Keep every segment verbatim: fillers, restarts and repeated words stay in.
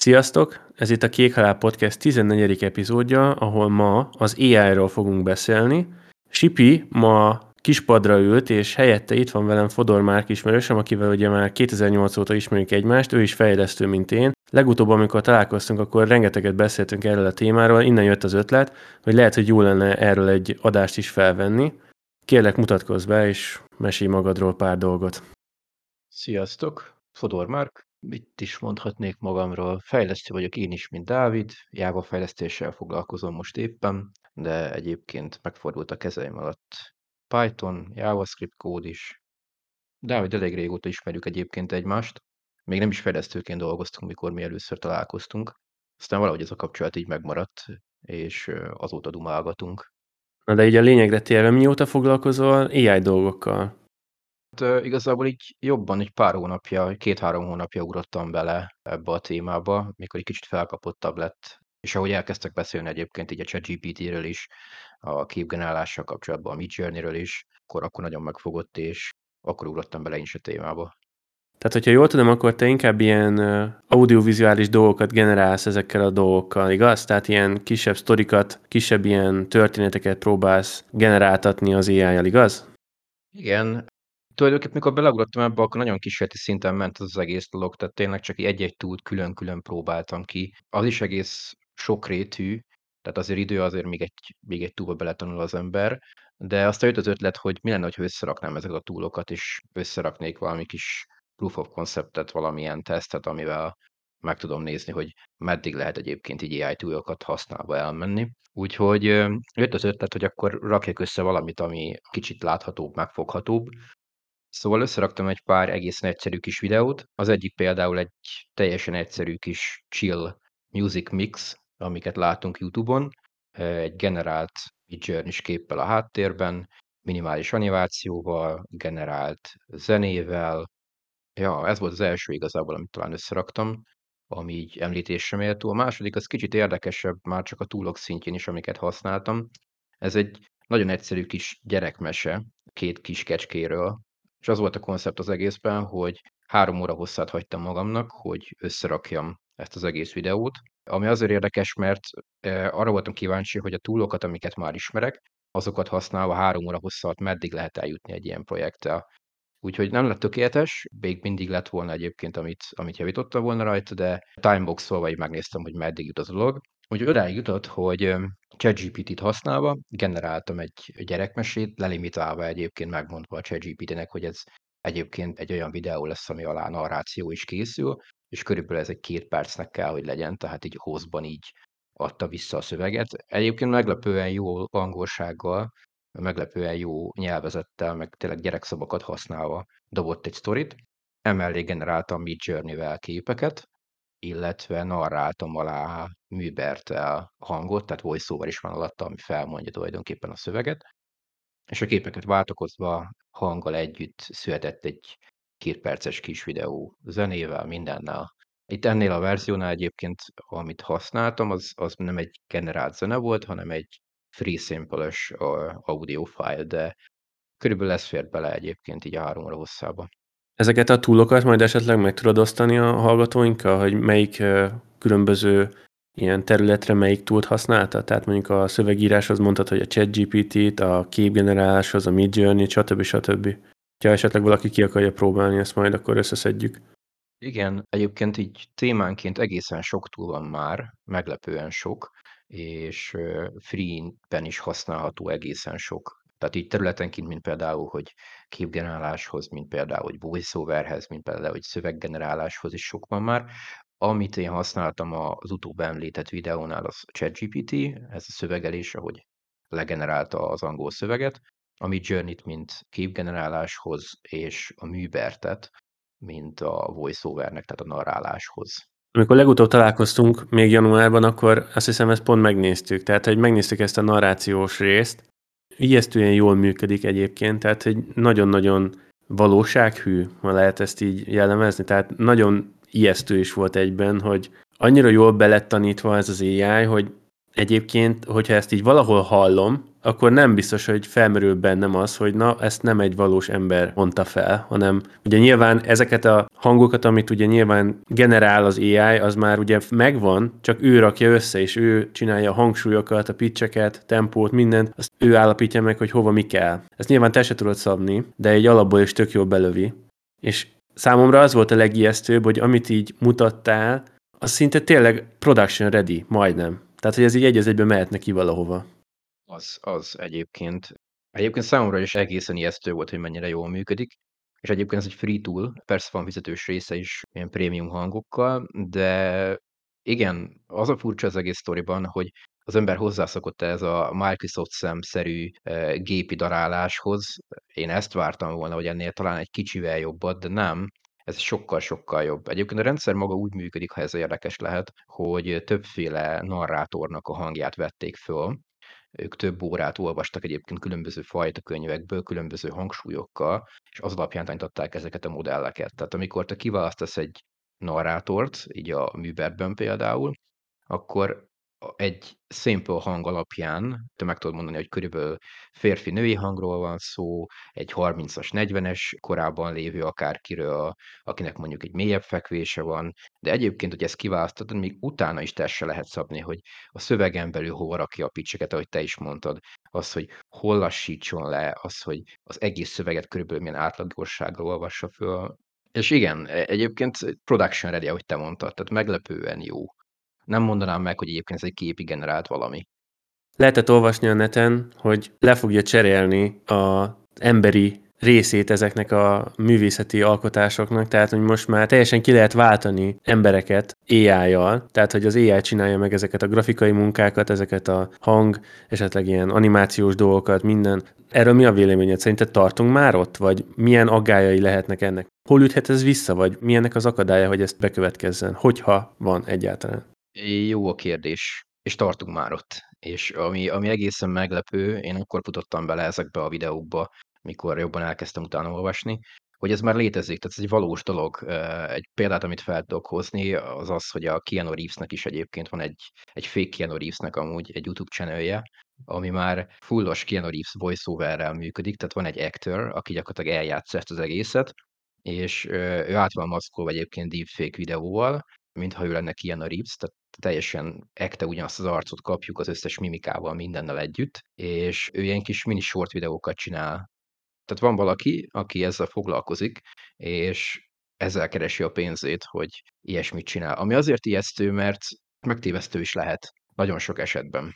Sziasztok! Ez itt a Kék Halál Podcast tizennegyedik epizódja, ahol ma az á í-ról fogunk beszélni. Sipi ma kispadra ült, és helyette itt van velem Fodor Márk ismerősöm, akivel ugye már kétezer-nyolc óta ismerjük egymást, ő is fejlesztő, mint én. Legutóbb, amikor találkoztunk, akkor rengeteget beszéltünk erről a témáról, innen jött az ötlet, hogy lehet, hogy jó lenne erről egy adást is felvenni. Kérlek, mutatkozz be, és mesélj magadról pár dolgot. Sziasztok! Fodor Márk. Mit is mondhatnék magamról? Fejlesztő vagyok én is, mint Dávid. Java fejlesztéssel foglalkozom most éppen, de egyébként megfordult a kezeim alatt Python, JavaScript kód is. Dávid, elég régóta ismerjük egyébként egymást. Még nem is fejlesztőként dolgoztunk, mikor mi először találkoztunk. Aztán valahogy ez a kapcsolat így megmaradt, és ö, azóta dumálgatunk. Na de így a lényegre térve, mióta foglalkozol á i dolgokkal? Hát, ö, igazából így jobban, egy pár hónapja, két-három hónapja ugrottam bele ebbe a témába, mikor egy kicsit felkapottabb lett. És ahogy elkezdtek beszélni egyébként így a ChatGPT-ről is, a képgenerálással kapcsolatban, a Midjourney-ről is, akkor, akkor nagyon megfogott, és akkor ugrottam bele én is a témába. Tehát, hogyha jól tudom, akkor te inkább ilyen uh, audiovizuális dolgokat generálsz ezekkel a dolgokkal, igaz? Tehát ilyen kisebb sztorikat, kisebb ilyen történeteket próbálsz generáltatni az á í-jal, igaz? Igen, tulajdonképpen mikor beleugrottam ebbe, akkor nagyon kísérleti szinten ment az, az egész dolog, tehát tényleg csak egy-egy túlt külön-külön próbáltam ki. Az is egész sokrétű, tehát azért idő azért még egy, még egy túlba beletanul az ember, de aztán jött az ötlet, hogy mi lenne, ha összeraknám ezeket a túlokat, és összeraknék valami kis proof of conceptet, valamilyen tesztet, amivel meg tudom nézni, hogy meddig lehet egyébként így á i túlokat használva elmenni. Úgyhogy ö, jött az ötlet, hogy akkor rakjak össze valamit, ami kicsit láthatóbb, megfoghatóbb. Szóval összeraktam egy pár egészen egyszerű kis videót. Az egyik például egy teljesen egyszerű kis chill music mix, amiket látunk YouTube-on, egy generált Midjourney-s képpel a háttérben, minimális animációval, generált zenével. Ja, ez volt az első igazából, amit talán összeraktam, ami így említésre méltó. A második az kicsit érdekesebb, már csak a toolok szintjén is, amiket használtam. Ez egy nagyon egyszerű kis gyerekmese két kis kecskéről, és az volt a koncept az egészben, hogy három óra hosszát hagytam magamnak, hogy összerakjam ezt az egész videót, ami azért érdekes, mert eh, arra voltam kíváncsi, hogy a toolokat, amiket már ismerek, azokat használva három óra hosszat alatt meddig lehet eljutni egy ilyen projekttel. Úgyhogy nem lett tökéletes, még mindig lett volna egyébként, amit, amit javítottam volna rajta, de timeboxolva így megnéztem, hogy meddig jut az a dolog. Úgyhogy odáig jutott, hogy ö, ChatGPT-t használva generáltam egy gyerekmesét, lelimitálva egyébként, megmondva a ChatGPT-nek, hogy ez egyébként egy olyan videó lesz, ami alá narráció is készül, és körülbelül ez egy két percnek kell, hogy legyen, tehát így hosszban így adta vissza a szöveget. Egyébként meglepően jó angolsággal, meglepően jó nyelvezettel, meg tényleg gyerekszavakat használva dobott egy sztorit. Emellé generáltam Midjourney-vel képeket, illetve narráltam alá műbertel hangot, tehát voice-over is van alatta, ami felmondja tulajdonképpen a szöveget, és a képeket váltakozva hanggal együtt született egy kétperces kis videó zenével, mindennel. Itt ennél a verziónál egyébként, amit használtam, az, az nem egy generált zene volt, hanem egy free sample-ös audio file, de körülbelül ez fért bele egyébként így a három óra hosszába. Ezeket a túlokat majd esetleg meg tudod osztani a hallgatóinkkal, hogy melyik uh, különböző ilyen területre melyik túlt használta? Tehát mondjuk a szövegíráshoz mondtad, hogy a ChatGPT-t, a képgeneráláshoz, a Midjourney, stb. stb. Ha esetleg valaki ki akarja próbálni, ezt majd akkor összeszedjük. Igen, egyébként így témánként egészen sok túl van már, meglepően sok, és ö, free-ben is használható egészen sok. Tehát így területenként, mint például, hogy képgeneráláshoz, mint például, hogy voice-overhez, mint például, hogy szöveggeneráláshoz is sok van már. Amit én használtam az utóbb említett videónál, az ChatGPT, ez a szövegelés, ahogy legenerálta az angol szöveget, a Midjourney-t, mint képgeneráláshoz, és a Műbertet, mint a voice-overnek, tehát a narráláshoz. Amikor legutóbb találkoztunk, még januárban, akkor azt hiszem ezt pont megnéztük. Tehát, hogy megnéztük ezt a narrációs részt, ijesztően jól működik egyébként, tehát, hogy nagyon-nagyon valósághű, ha lehet ezt így jellemezni. Tehát nagyon ijesztő is volt egyben, hogy annyira jól be lett tanítva ez az á i, hogy egyébként, hogyha ezt így valahol hallom, akkor nem biztos, hogy felmerül bennem az, hogy na, ezt nem egy valós ember mondta fel, hanem ugye nyilván ezeket a hangokat, amit ugye nyilván generál az á i, az már ugye megvan, csak ő rakja össze, és ő csinálja a hangsúlyokat, a pitcheket, tempót, mindent, azt ő állapítja meg, hogy hova mi kell. Ezt nyilván te se tudod szabni, de egy alapból is tök jól belövi. És számomra az volt a legijesztőbb, hogy amit így mutattál, az szinte tényleg production ready, majdnem. Tehát, hogy ez így egy az egyben mehetne ki valahova. Az, az egyébként. Egyébként számomra is egészen ijesztő volt, hogy mennyire jól működik, és egyébként ez egy free tool, persze van fizetős része is ilyen prémium hangokkal, de igen, az a furcsa az egész sztoriban, hogy az ember hozzászokott ez a Microsoft szem-szerű e, gépi daráláshoz. Én ezt vártam volna, hogy ennél talán egy kicsivel jobbat, de nem. Ez sokkal-sokkal jobb. Egyébként a rendszer maga úgy működik, ha ez érdekes lehet, hogy többféle narrátornak a hangját vették föl, ők több órát olvastak egyébként különböző fajta könyvekből, különböző hangsúlyokkal, és az alapján tanították ezeket a modelleket. Tehát amikor te kiválasztasz egy narrátort, így a Müberben például, akkor a- egy simple hang alapján te meg tudod mondani, hogy körülbelül férfi-női hangról van szó, egy harmincas, negyvenes korában lévő akárkiről, akinek mondjuk egy mélyebb fekvése van, de egyébként, hogy ezt kiválasztod, még utána is testre lehet szabni, hogy a szövegen belül hova rakja a pitcheket, ahogy te is mondtad, az, hogy hol lassítson le, az, hogy az egész szöveget körülbelül milyen átlaggyorsággal olvassa föl. És igen, e- egyébként production ready, ahogy te mondtad, tehát meglepően jó. Nem mondanám meg, hogy egyébként ez egy képi generált valami. Lehetett olvasni a neten, hogy le fogja cserélni az emberi részét ezeknek a művészeti alkotásoknak, tehát hogy most már teljesen ki lehet váltani embereket á i-jal, tehát hogy az á i csinálja meg ezeket a grafikai munkákat, ezeket a hang, esetleg ilyen animációs dolgokat, minden. Erről mi a véleményed? Szerinted tartunk már ott, vagy milyen aggályai lehetnek ennek? Hol üthet ez vissza, vagy milyennek az akadálya, hogy ezt bekövetkezzen? Hogyha van egyáltalán? Jó a kérdés, és tartunk már ott. És ami, ami egészen meglepő, én akkor futottam bele ezekbe a videókba, mikor jobban elkezdtem utána olvasni, hogy ez már létezik, tehát ez egy valós dolog. Ö, Egy példát, amit fel tudok hozni, az az, hogy a Keanu Reevesnek is egyébként van egy, egy fake Keanu Reevesnek amúgy egy YouTube channelje, ami már fullos Keanu Reeves voiceoverrel működik, tehát van egy actor, aki gyakorlatilag eljátsza ezt az egészet, és ö, ő át van maszkolva egyébként deepfake videóval, mintha ő lenne Keanu Reeves, tehát teljesen ekte ugyanazt az arcot kapjuk az összes mimikával, mindennel együtt, és ő ilyen kis mini short videókat csinál. Tehát van valaki, aki ezzel foglalkozik, és ezzel keresi a pénzét, hogy ilyesmit csinál. Ami azért ijesztő, mert megtévesztő is lehet nagyon sok esetben.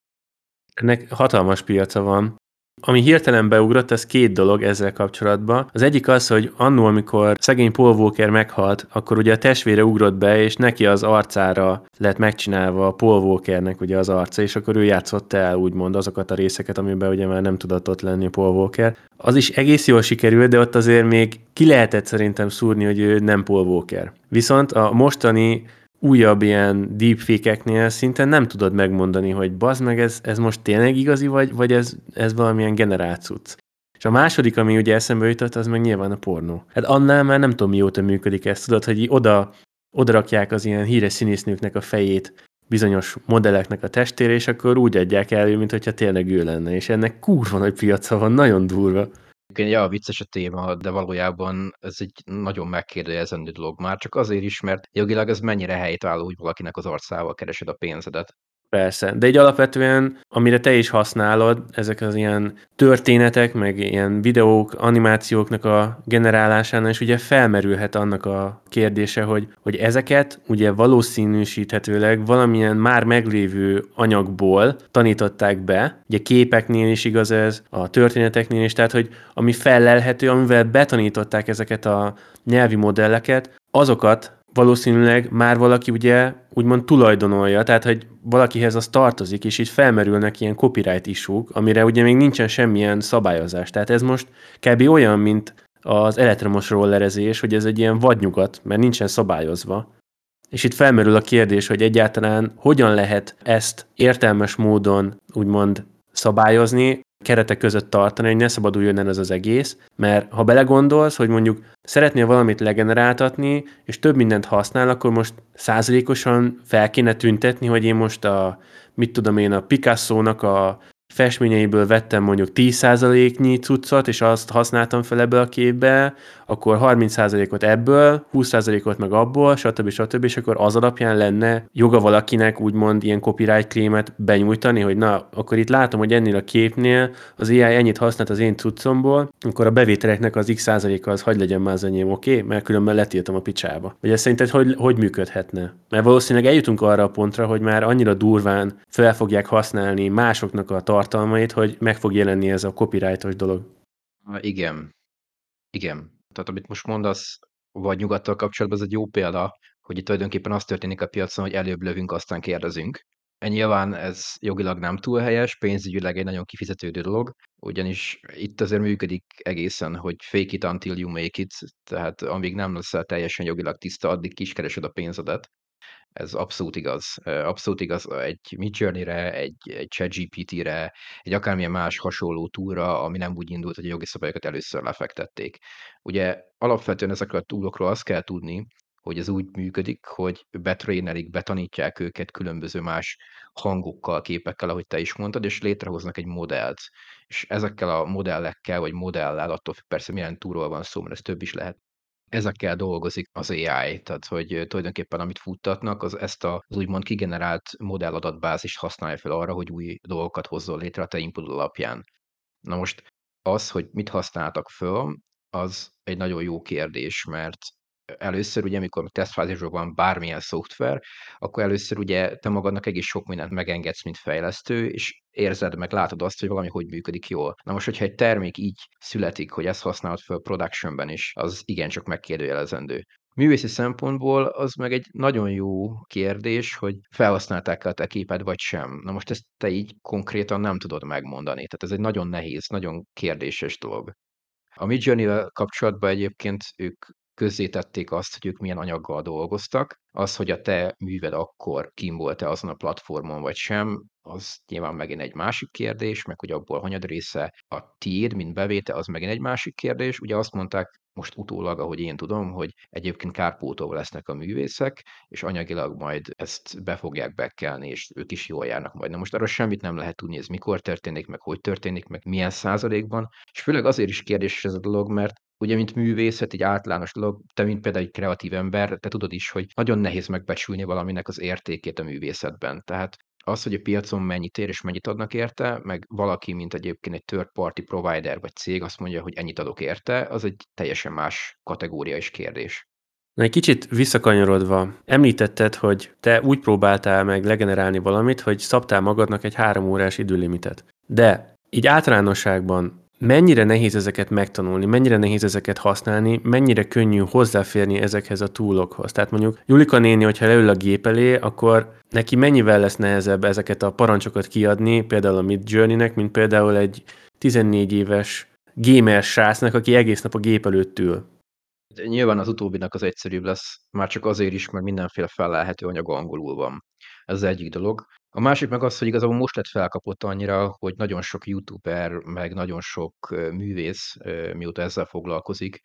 Ennek hatalmas piaca van. Ami hirtelen beugrott, ez két dolog ezzel kapcsolatban. Az egyik az, hogy annó, amikor szegény Paul Walker meghalt, akkor ugye a testvére ugrott be, és neki az arcára lett megcsinálva a Paul Walkernek ugye az arca, és akkor ő játszott el úgymond azokat a részeket, amiben ugye már nem tudott ott lenni Paul Walker. Az is egész jól sikerült, de ott azért még ki lehetett szerintem szúrni, hogy ő nem Paul Walker. Viszont a mostani újabb ilyen deepfake-eknél szinte nem tudod megmondani, hogy bazd meg, ez, ez most tényleg igazi, vagy, vagy ez, ez valamilyen generált cucc. És a második, ami ugye eszembe jutott, az meg nyilván a pornó. Hát annál már nem tudom, mióta működik ez. Tudod, hogy így oda, oda rakják az ilyen híres színésznőknek a fejét bizonyos modelleknek a testére, és akkor úgy adják elő, mint hogyha tényleg ő lenne. És ennek kurva nagy piaca van, nagyon durva. Egyébként, ja, vicces a téma, de valójában ez egy nagyon megkérdőjelezendő dolog már, csak azért is, mert jogilag ez mennyire helytálló, hogy valakinek az arcával keresed a pénzedet. Persze, de egy alapvetően, amire te is használod, ezek az ilyen történetek, meg ilyen videók, animációknak a generálásánál is ugye felmerülhet annak a kérdése, hogy, hogy ezeket ugye valószínűsíthetőleg valamilyen már meglévő anyagból tanították be, ugye képeknél is igaz ez, a történeteknél is, tehát hogy ami fellelhető, amivel betanították ezeket a nyelvi modelleket, azokat valószínűleg már valaki ugye úgymond tulajdonolja, tehát hogy valakihez az tartozik, és itt felmerülnek ilyen copyright issue-k, amire ugye még nincsen semmilyen szabályozás. Tehát ez most kb. Olyan, mint az elektromos rollerezés, hogy ez egy ilyen vadnyugat, mert nincsen szabályozva. És itt felmerül a kérdés, hogy egyáltalán hogyan lehet ezt értelmes módon úgymond szabályozni, keretek között tartani, hogy ne szabaduljon el ez az egész, mert ha belegondolsz, hogy mondjuk szeretnél valamit legeneráltatni, és több mindent használ, akkor most százalékosan fel kéne tüntetni, hogy én most a, mit tudom én, a Picasso-nak a festményeiből vettem mondjuk tíz százaléknyi cuccot, és azt használtam fel ebből a képbe, akkor harminc százalékot ebből, húsz százalékot meg abból, stb. stb. És akkor az alapján lenne joga valakinek úgymond ilyen copyright claimet benyújtani, hogy na, akkor itt látom, hogy ennél a képnél az á i ennyit használt az én cuccomból, akkor a bevételeknek az x százaléka az hagy legyen már az enyém, oké? Okay? Mert különben letiltom a picsába. Vagy ez szerinted hogy, hogy működhetne? Mert valószínűleg eljutunk arra a pontra, hogy már annyira durván fel fogják használni másoknak a tartalmait, hogy meg fog jelenni ez a copyrightos dolog. Ah, igen. Igen. Tehát amit most mondasz, vagy nyugattal kapcsolatban, ez egy jó példa, hogy itt tulajdonképpen az történik a piacon, hogy előbb lövünk, aztán kérdezünk. Nyilván ez jogilag nem túl helyes, pénzügyileg egy nagyon kifizetődő dolog, ugyanis itt azért működik egészen, hogy fake it until you make it, tehát amíg nem leszel teljesen jogilag tiszta, addig kiskeresed a pénzedet. Ez abszolút igaz. Abszolút igaz egy Midjourney-re, egy, egy ChatGPT-re, egy akármilyen más hasonló túlra, ami nem úgy indult, hogy a jogi szabályokat először lefektették. Ugye alapvetően ezekről a túlokról azt kell tudni, hogy ez úgy működik, hogy betrénelik, betanítják őket különböző más hangokkal, képekkel, ahogy te is mondtad, és létrehoznak egy modellt. És ezekkel a modellekkel, vagy modellel, attól függ persze milyen túlról van szó, mert ez több is lehet, ezekkel dolgozik az á i, tehát hogy tulajdonképpen amit futtatnak, az ezt a, az úgymond kigenerált modelladatbázist használja fel arra, hogy új dolgokat hozzon létre a te input alapján. Na most az, hogy mit használtak föl, az egy nagyon jó kérdés, mert először ugye, amikor a tesztfázisban van bármilyen szoftver, akkor először ugye te magadnak egész sok mindent megengedsz, mint fejlesztő, és érzed meg, látod azt, hogy valami hogy működik jól. Na most, hogyha egy termék így születik, hogy ezt használod föl productionben is, az igencsak megkérdőjelezendő. Művészi szempontból az meg egy nagyon jó kérdés, hogy felhasználták-e a te képed, vagy sem. Na most ezt te így konkrétan nem tudod megmondani. Tehát ez egy nagyon nehéz, nagyon kérdéses dolog. A Midjourney-vel kapcsolatban egyébként ők közzétették azt, hogy ők milyen anyaggal dolgoztak. Az, hogy a te műved akkor kim volt-e azon a platformon vagy sem, az nyilván megint egy másik kérdés, meg hogy abból hanyad része a tiéd, mint bevétel, az megint egy másik kérdés. Ugye azt mondták most utólag, ahogy én tudom, hogy egyébként kárpótolva lesznek a művészek, és anyagilag majd ezt be fogják bekkelni, és ők is jól járnak majd. Na most arról semmit nem lehet tudni, ez mikor történik, meg hogy történik, meg milyen százalékban, és főleg azért is kérdéses ez a dolog, mert ugye, mint művészet, egy általános dolog, te, mint például egy kreatív ember, te tudod is, hogy nagyon nehéz megbecsülni valaminek az értékét a művészetben. Tehát az, hogy a piacon mennyit ér és mennyit adnak érte, meg valaki, mint egyébként egy third party provider vagy cég azt mondja, hogy ennyit adok érte, az egy teljesen más kategória és kérdés. Na, egy kicsit visszakanyarodva, említetted, hogy te úgy próbáltál meg legenerálni valamit, hogy szabtál magadnak egy három órás időlimitet. De így általánosságban mennyire nehéz ezeket megtanulni, mennyire nehéz ezeket használni, mennyire könnyű hozzáférni ezekhez a toolokhoz. Tehát mondjuk Julika néni, hogyha leül a gép elé, akkor neki mennyivel lesz nehezebb ezeket a parancsokat kiadni, például a Midjourney-nek, mint például egy tizennégy éves gamer srácnak, aki egész nap a gép előtt ül. Nyilván az utóbbinak az egyszerűbb lesz, már csak azért is, mert mindenféle fellelhető anyag angolul van. Ez az egyik dolog. A másik meg az, hogy igazából most lett felkapott annyira, hogy nagyon sok youtuber, meg nagyon sok ö, művész, ö, mióta ezzel foglalkozik,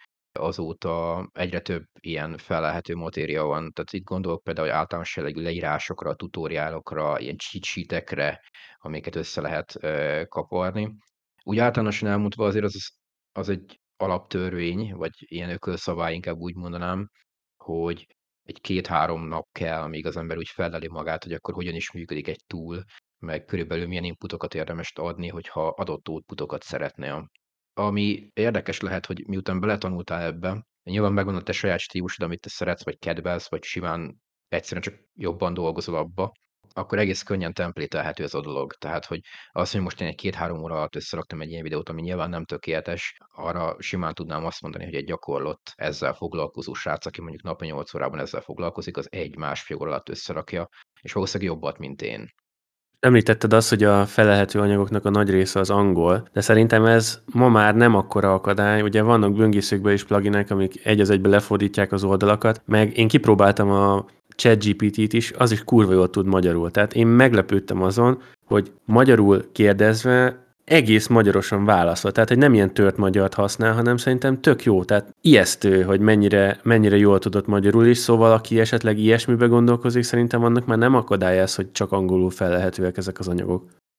azóta egyre több ilyen fellelhető matéria van. Tehát itt gondolok például általános jellegű leírásokra, tutoriálokra, ilyen cheat sheetekre, amiket össze lehet ö, kaparni. Úgy általánosan elmondva azért az, az egy alaptörvény, vagy ilyen ökölszabály, inkább úgy mondanám, hogy egy két-három nap kell, amíg az ember úgy felleli magát, hogy akkor hogyan is működik egy tool, meg körülbelül milyen inputokat érdemes adni, hogyha adott outputokat szeretne. Ami érdekes lehet, hogy miután beletanultál ebbe, nyilván megvan a te saját stílusod, amit te szeretsz, vagy kedvelsz, vagy simán egyszerűen csak jobban dolgozol abba, akkor egész könnyen templételhető ez a dolog. Tehát, hogy az, hogy most én egy két-három óra alatt összeraktam egy ilyen videót, ami nyilván nem tökéletes, arra simán tudnám azt mondani, hogy egy gyakorlott, ezzel foglalkozó srác, aki mondjuk napi nyolc órában ezzel foglalkozik, az egy-másfél óra alatt összerakja, és valószínűleg jobbat, mint én. Említetted azt, hogy a felelhető anyagoknak a nagy része az angol, de szerintem ez ma már nem akkora akadály. Ugye vannak böngészőkben is pluginek, amik egy az egybe lefordítják az oldalakat, meg én kipróbáltam a ChatGPT-t is, az is kurva jól tud magyarul. Tehát én meglepődtem azon, hogy magyarul kérdezve egész magyarosan válaszol. Tehát, hogy nem ilyen tört magyart használ, hanem szerintem tök jó. Tehát ijesztő, hogy mennyire, mennyire jól tudott magyarul is, szóval aki esetleg ilyesmibe gondolkozik, szerintem annak már nem akadály ez, hogy csak angolul felelhetőek ezek az anyagok.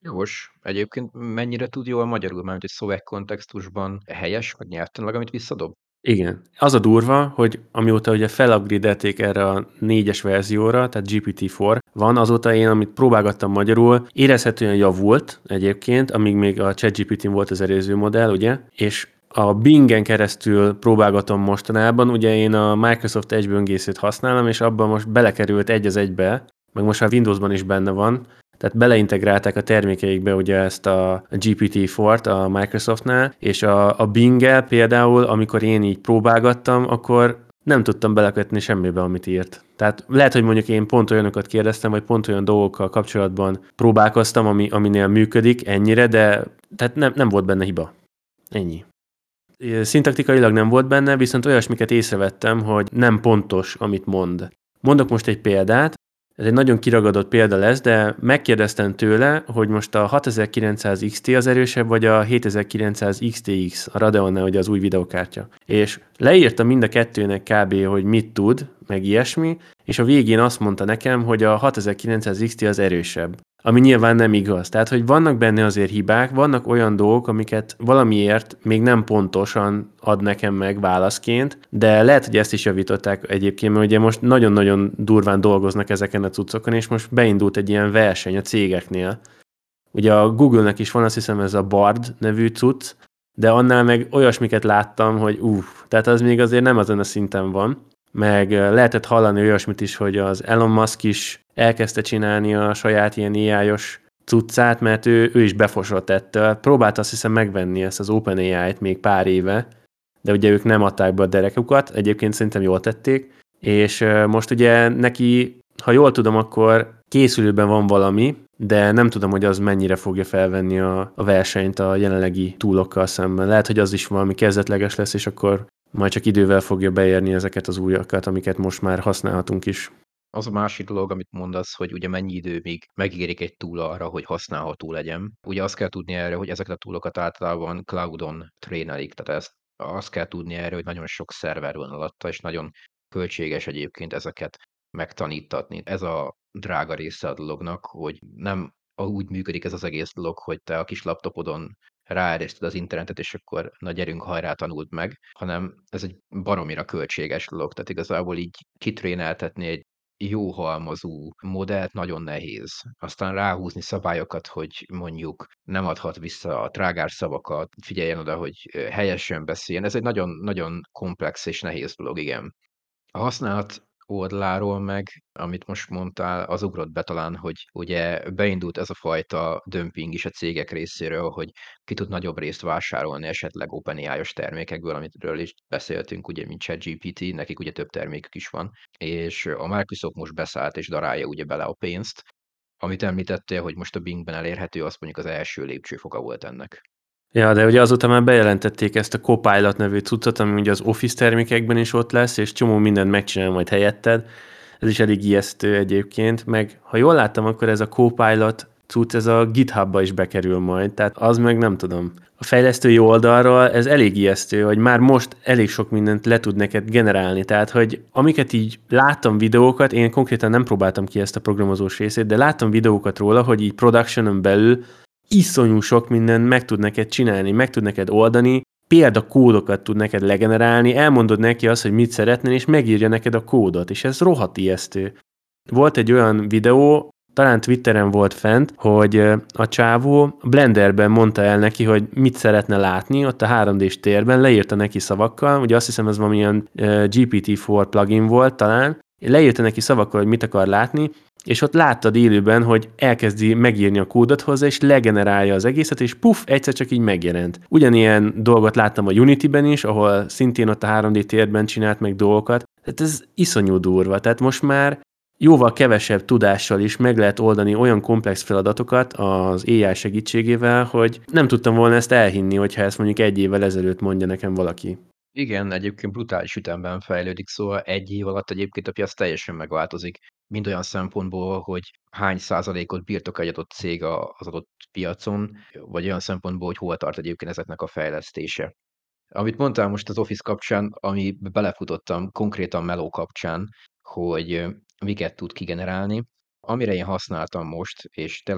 Jogos. Egyébként mennyire tud jól magyarul, mármint hogy szövegkontextusban helyes, meg nyelvtanilag, amit visszadob? Igen. Az a durva, hogy amióta ugye felupgrade-elték erre a négyes verzióra, tehát gé pé té négy van, azóta én, amit próbálgattam magyarul, érezhetően javult egyébként, amíg még a ChatGPT-n volt az előző modell, ugye, és a Bingen keresztül próbálgatom mostanában, ugye én a Microsoft Edge böngészőt használom, és abban most belekerült egy az egybe, meg most már Windowsban is benne van, tehát beleintegrálták a termékeikbe ugye ezt a gé pé té négyet a Microsoftnál, és a, a Bing-el például, amikor én így próbálgattam, akkor nem tudtam belekötni semmibe, amit írt. Tehát lehet, hogy mondjuk én pont olyanokat kérdeztem, vagy pont olyan dolgokkal kapcsolatban próbálkoztam, ami, aminél működik ennyire, de tehát nem, nem volt benne hiba. Ennyi. Szintaktikailag nem volt benne, viszont olyasmiket észrevettem, hogy nem pontos, amit mond. Mondok most egy példát, ez egy nagyon kiragadott példa lesz, de megkérdeztem tőle, hogy most a hatezerkilencszáz iksz té az erősebb, vagy a hétezer-kilencszáz iksz té iksz, a Radeonnál, hogy az új videokártya. És leírtam mind a kettőnek kb., hogy mit tud, meg ilyesmi, és a végén azt mondta nekem, hogy a hatezerkilencszáz iksz té az erősebb. Ami nyilván nem igaz. Tehát, hogy vannak benne azért hibák, vannak olyan dolgok, amiket valamiért még nem pontosan ad nekem meg válaszként, de lehet, hogy ezt is javították egyébként, mert ugye most nagyon-nagyon durván dolgoznak ezeken a cuccokon, és most beindult egy ilyen verseny a cégeknél. Ugye a Google-nek is van, azt hiszem, ez a Bard nevű cucc, de annál meg olyasmiket láttam, hogy uff, tehát az még azért nem azon a szinten van. Meg lehetett hallani olyasmit is, hogy az Elon Musk is elkezdte csinálni a saját ilyen á i-os cuccát, mert ő, ő is befosott ettől. Próbálta azt hiszem megvenni ezt az OpenAI-t még pár éve, de ugye ők nem adták be a derekukat, egyébként szerintem jól tették, és most ugye neki, ha jól tudom, akkor készülőben van valami, de nem tudom, hogy az mennyire fogja felvenni a, a versenyt a jelenlegi túlokkal szemben. Lehet, hogy az is valami kezdetleges lesz, és akkor majd csak idővel fogja beérni ezeket az újakat, amiket most már használhatunk is. Az a másik dolog, amit mondasz, hogy ugye mennyi idő még megígérik egy tool arra, hogy használható legyen. Ugye azt kell tudni erre, hogy ezeket a toolokat általában cloudon trénelik, tehát ezt azt kell tudni erre, hogy nagyon sok szerver van alatta, és nagyon költséges egyébként ezeket megtanítatni. Ez a drága része a dolognak, hogy nem úgy működik ez az egész dolog, hogy te a kis laptopodon ráereszted az internetet, és akkor na gyerünk, hajrá, tanuld meg, hanem ez egy baromira költséges dolog. Tehát igazából így kitréneltetni egy jó halmazú modellt nagyon nehéz. Aztán ráhúzni szabályokat, hogy mondjuk nem adhat vissza a trágár szavakat, figyeljen oda, hogy helyesen beszéljen. Ez egy nagyon, nagyon komplex és nehéz dolog, igen. A használat oldaláról meg, amit most mondtál, az ugrott be talán, hogy ugye beindult ez a fajta dömping is a cégek részéről, hogy ki tud nagyobb részt vásárolni esetleg OpenAI-os termékekből, amitről is beszéltünk, ugye, mint ChatGPT, nekik ugye több termékük is van, és a Microsoft most beszállt és darálja ugye bele a pénzt. Amit említettél, hogy most a Bingben elérhető, az mondjuk az első lépcsőfoka volt ennek. Ja, de ugye azóta már bejelentették ezt a Copilot nevű cuccot, ami ugye az Office termékekben is ott lesz, és csomó mindent megcsinál majd helyetted. Ez is elég ijesztő egyébként, meg ha jól láttam, akkor ez a Copilot cucc, ez a GitHubba is bekerül majd, tehát az meg nem tudom. A fejlesztői oldalról ez elég ijesztő, hogy már most elég sok mindent le tud neked generálni, tehát hogy amiket így láttam videókat, én konkrétan nem próbáltam ki ezt a programozós részét, de láttam videókat róla, hogy így productionon belül iszonyú sok mindent meg tud neked csinálni, meg tud neked oldani, példakódokat tud neked legenerálni, elmondod neki azt, hogy mit szeretnél, és megírja neked a kódot, és ez rohadt ijesztő. Volt egy olyan videó, talán Twitteren volt fent, hogy a csávó Blenderben mondta el neki, hogy mit szeretne látni, ott a három dés térben, leírta neki szavakkal, ugye azt hiszem ez valamilyen gé pé té négy plugin volt talán, leírta neki szavakkal, hogy mit akar látni, és ott láttad élőben, hogy elkezdi megírni a kódot hozzá, és legenerálja az egészet, és puff, egyszer csak így megjelent. Ugyanilyen dolgot láttam a Unity-ben is, ahol szintén ott a három dé térben csinált meg dolgokat. Tehát ez iszonyú durva. Tehát most már jóval kevesebb tudással is meg lehet oldani olyan komplex feladatokat az á i segítségével, hogy nem tudtam volna ezt elhinni, hogyha ezt mondjuk egy évvel ezelőtt mondja nekem valaki. Igen, egyébként brutális ütemben fejlődik, szóval egy év alatt egyébként a piac teljesen megváltozik. Mind olyan szempontból, hogy hány százalékot birtok egy adott cég a az adott piacon, vagy olyan szempontból, hogy hol tart egyébként ezeknek a fejlesztése. Amit mondtál most az Office kapcsán, amibe belefutottam konkrétan Meló kapcsán, hogy ö, miket tud kigenerálni. Amire én használtam most, és tényleg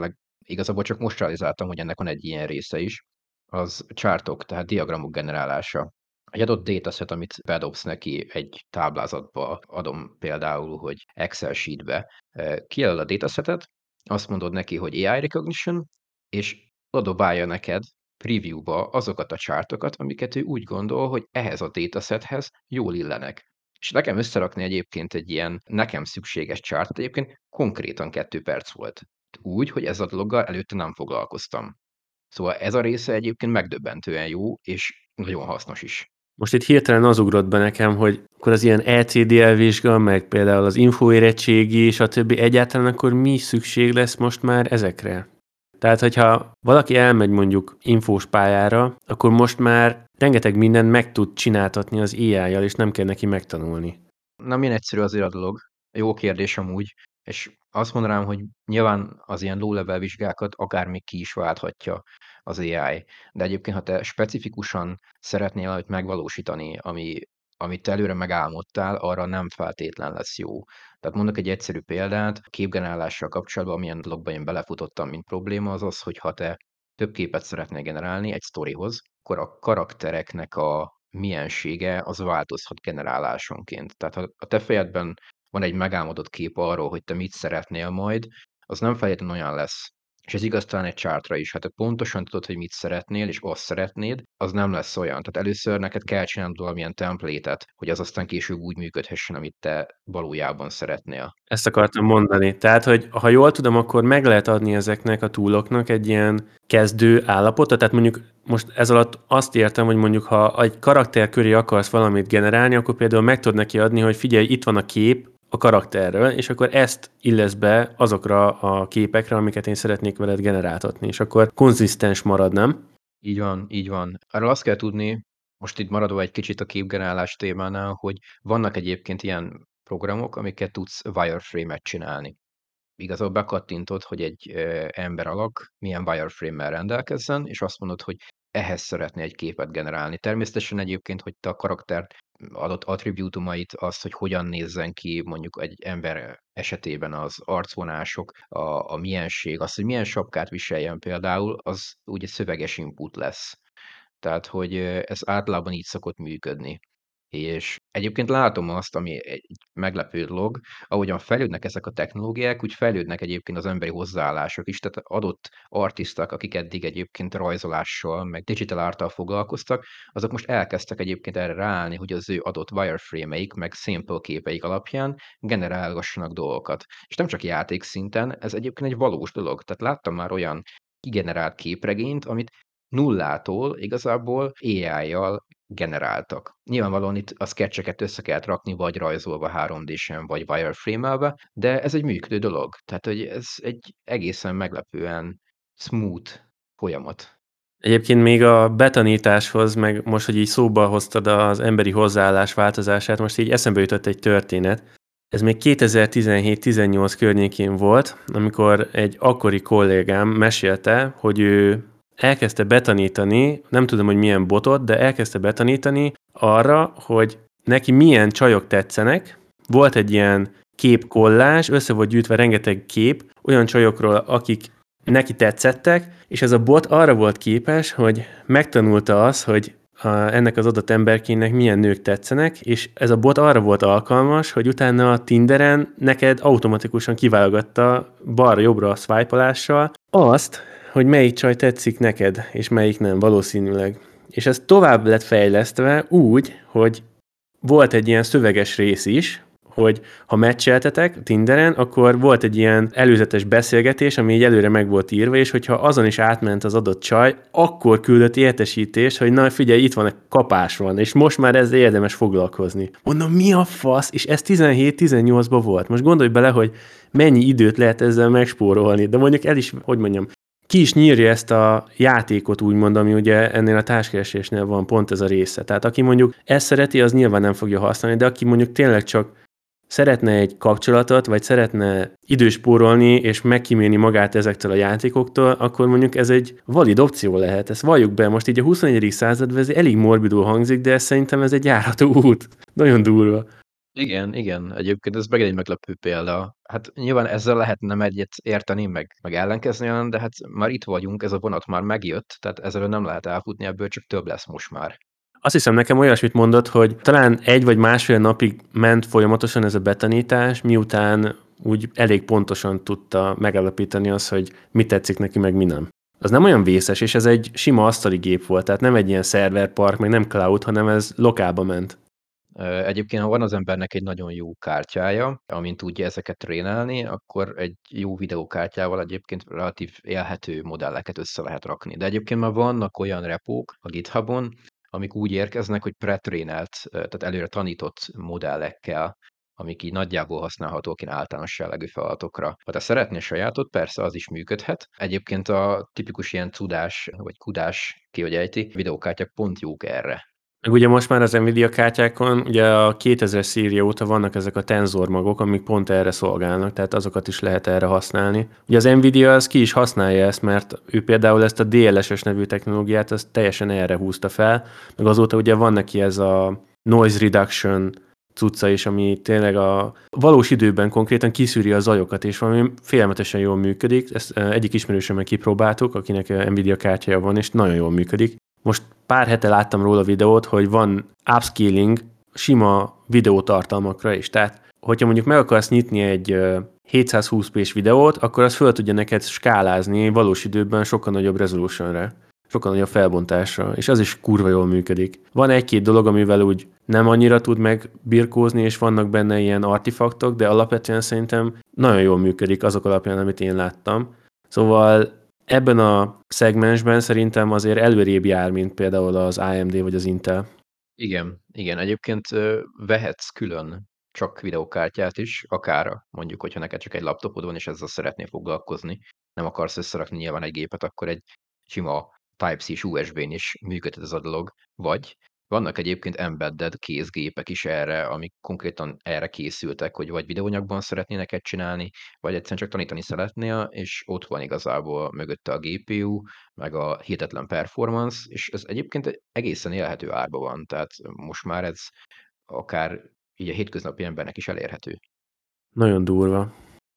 igazából csak most realizáltam, hogy ennek van egy ilyen része is, az chartok, tehát diagramok generálása. Egy adott dataset, amit bedobsz neki egy táblázatba, adom például, hogy Excel sheetbe, kijelöl a datasetet, azt mondod neki, hogy á i recognition, és odobálja neked preview-ba azokat a chartokat, amiket ő úgy gondol, hogy ehhez a datasethez jól illenek. És nekem összerakni egyébként egy ilyen nekem szükséges chart egyébként konkrétan kettő perc volt. Úgy, hogy ezzel a dologgal előtte nem foglalkoztam. Szóval ez a része egyébként megdöbbentően jó, és nagyon hasznos is. Most itt hirtelen az ugrott be nekem, hogy akkor az ilyen e cé dé el vizsga, meg például az infóérettségi, stb. Egyáltalán akkor mi szükség lesz most már ezekre? Tehát, hogyha valaki elmegy mondjuk infós pályára, akkor most már rengeteg mindent meg tud csináltatni az á i-jal, és nem kell neki megtanulni. Na, milyen egyszerű azért a dolog. Jó kérdés amúgy, és azt mondanám, hogy nyilván az ilyen low-level vizsgákat akár még ki is válthatja az á i. De egyébként, ha te specifikusan szeretnél valamit megvalósítani, ami, amit te előre megálmodtál, arra nem feltétlen lesz jó. Tehát mondok egy egyszerű példát, képgenerálással kapcsolatban, amilyen dologban én belefutottam, mint probléma, az az, hogy ha te több képet szeretnél generálni egy sztorihoz, akkor a karaktereknek a miensége az változhat generálásonként. Tehát ha a te fejedben van egy megálmodott kép arról, hogy te mit szeretnél majd, az nem feltétlenül olyan lesz. És ez igaz talán egy chartra is. Hát te pontosan tudod, hogy mit szeretnél, és azt szeretnéd, az nem lesz olyan. Tehát először neked kell csinálnod valamilyen templétet, hogy az aztán később úgy működhessen, amit te valójában szeretnél. Ezt akartam mondani. Tehát, hogy ha jól tudom, akkor meg lehet adni ezeknek a túloknak egy ilyen kezdő állapotot. Tehát mondjuk most ez alatt azt értem, hogy mondjuk ha egy karakter köré akarsz valamit generálni, akkor például meg tudod neki adni, hogy figyelj, itt van a kép a karakterről, és akkor ezt illesz be azokra a képekre, amiket én szeretnék veled generáltatni, és akkor konzisztens marad, nem? Így van, így van. Arról azt kell tudni, most itt maradva egy kicsit a képgenerálás témánál, hogy vannak egyébként ilyen programok, amiket tudsz wireframe-et csinálni. Igazából bekattintod, hogy egy ö, ember alak milyen wireframe-mel rendelkezzen, és azt mondod, hogy ehhez szeretné egy képet generálni. Természetesen egyébként, hogy te a karakter adott attribútumait, azt, hogy hogyan nézzen ki mondjuk egy ember esetében az arcvonások, a, a mienség, az, hogy milyen sapkát viseljen például, az ugye szöveges input lesz. Tehát, hogy ö, ez általában így szokott működni. És egyébként látom azt, ami egy meglepő dolog, ahogyan fejlődnek ezek a technológiák, úgy fejlődnek egyébként az emberi hozzáállások is, tehát adott artisták, akik eddig egyébként rajzolással, meg digital art-tal foglalkoztak, azok most elkezdtek egyébként erre ráállni, hogy az ő adott wireframe-eik, meg sample képeik alapján generálgassanak dolgokat. És nem csak játékszinten, ez egyébként egy valós dolog. Tehát láttam már olyan kigenerált képregényt, amit nullától igazából á i-jal generáltak. Nyilvánvalóan itt a sketcheket össze kellett rakni, vagy rajzolva három dé-sen, vagy wireframe-elve, de ez egy működő dolog. Tehát, hogy ez egy egészen meglepően smooth folyamat. Egyébként még a betanításhoz, meg most, hogy így szóba hoztad az emberi hozzáállás változását, most így eszembe jutott egy történet. Ez még kétezer-tizenhét-tizennyolc környékén volt, amikor egy akkori kollégám mesélte, hogy ő elkezdte betanítani, nem tudom, hogy milyen botot, de elkezdte betanítani arra, hogy neki milyen csajok tetszenek. Volt egy ilyen képkollázs, össze volt gyűjtve rengeteg kép olyan csajokról, akik neki tetszettek, és ez a bot arra volt képes, hogy megtanulta azt, hogy a, ennek az adott emberkének milyen nők tetszenek, és ez a bot arra volt alkalmas, hogy utána a Tinderen neked automatikusan kiválogatta balra-jobbra a swipe-alással azt, hogy melyik csaj tetszik neked, és melyik nem, valószínűleg. És ez tovább lett fejlesztve úgy, hogy volt egy ilyen szöveges rész is, hogy ha meccseltetek Tinderen, akkor volt egy ilyen előzetes beszélgetés, ami így előre meg volt írva, és hogyha azon is átment az adott csaj, akkor küldött értesítést, hogy na figyelj, itt van, egy kapás van, és most már ezzel érdemes foglalkozni. Mondom, mi a fasz? És ez tizenhét-tizennyolcban volt. Most gondolj bele, hogy mennyi időt lehet ezzel megspórolni, de mondjuk el is, hogy mondjam, ki is nyírja ezt a játékot, úgymond, ami ugye ennél a társkeresésnél van pont ez a része. Tehát aki mondjuk ezt szereti, az nyilván nem fogja használni, de aki mondjuk tényleg csak szeretne egy kapcsolatot, vagy szeretne időspórolni, és megkímélni magát ezektől a játékoktól, akkor mondjuk ez egy valid opció lehet. Ezt valljuk be, most így a huszonegyedik században ez elég morbidul hangzik, de szerintem ez egy járható út. Nagyon durva. Igen, igen, egyébként ez megint egy meglepő példa. Hát nyilván ezzel lehetne egyet érteni, meg meg ellenkezni olyan, de hát már itt vagyunk, ez a vonat már megjött, tehát ezelőtt nem lehet elfutni, ebből csak több lesz most már. Azt hiszem, nekem olyasmit mondott, hogy talán egy vagy másfél napig ment folyamatosan ez a betanítás, miután úgy elég pontosan tudta megállapítani azt, hogy mi tetszik neki, meg mi nem. Az nem olyan vészes, és ez egy sima asztali gép volt, tehát nem egy ilyen szerverpark, meg nem cloud, hanem ez lokálba ment. Ö, egyébként, ha van az embernek egy nagyon jó kártyája, amin tudja ezeket trénálni, akkor egy jó videókártyával egyébként relatív élhető modelleket össze lehet rakni. De egyébként már vannak olyan repók a GitHubon, amik úgy érkeznek, hogy pretrénált, ö, tehát előre tanított modellekkel, amik így nagyjából használhatók ilyen általános jellegű feladatokra. Ha te szeretnél sajátot, persze az is működhet. Egyébként a tipikus ilyen cudás, vagy kudás, ki hogy ejti, videókártyák pont jók erre. Meg ugye most már az Nvidia kártyákon, ugye a kétezres széria óta vannak ezek a tenzor magok, amik pont erre szolgálnak, tehát azokat is lehet erre használni. Ugye az Nvidia az ki is használja ezt, mert ő például ezt a dé el es-es nevű technológiát, azt teljesen erre húzta fel, meg azóta ugye van neki ez a noise reduction cucca is, ami tényleg a valós időben konkrétan kiszűri a zajokat, és valami félelmetesen jól működik. Ezt egyik ismerősömmel kipróbáltuk, akinek Nvidia kártyája van, és nagyon jól működik. Most pár hete láttam róla videót, hogy van upscaling sima videótartalmakra is. Tehát, hogyha mondjuk meg akarsz nyitni egy hétszázhúsz pés videót, akkor az föl tudja neked skálázni valós időben sokkal nagyobb resolutionre, sokkal nagyobb felbontásra, és az is kurva jól működik. Van egy-két dolog, amivel úgy nem annyira tud megbirkózni, és vannak benne ilyen artefaktok, de alapvetően szerintem nagyon jól működik azok alapján, amit én láttam. Szóval ebben a szegmensben szerintem azért előrébb jár, mint például az á em dé vagy az Intel. Igen, igen. Egyébként ö, vehetsz külön csak videókártyát is, akár mondjuk, hogyha neked csak egy laptopod van, és ezzel szeretnél foglalkozni, nem akarsz összerakni nyilván egy gépet, akkor egy sima Type-C-s u es bén is működhet ez a dolog. Vagy vannak egyébként embedded kézgépek is erre, amik konkrétan erre készültek, hogy vagy videóanyagban szeretnének ezt csinálni, vagy egyszerűen csak tanítani szeretnél, és ott van igazából mögötte a gé pé u, meg a hihetetlen performance, és ez egyébként egy egészen élhető árban van, tehát most már ez akár így a hétköznapi embernek is elérhető. Nagyon durva.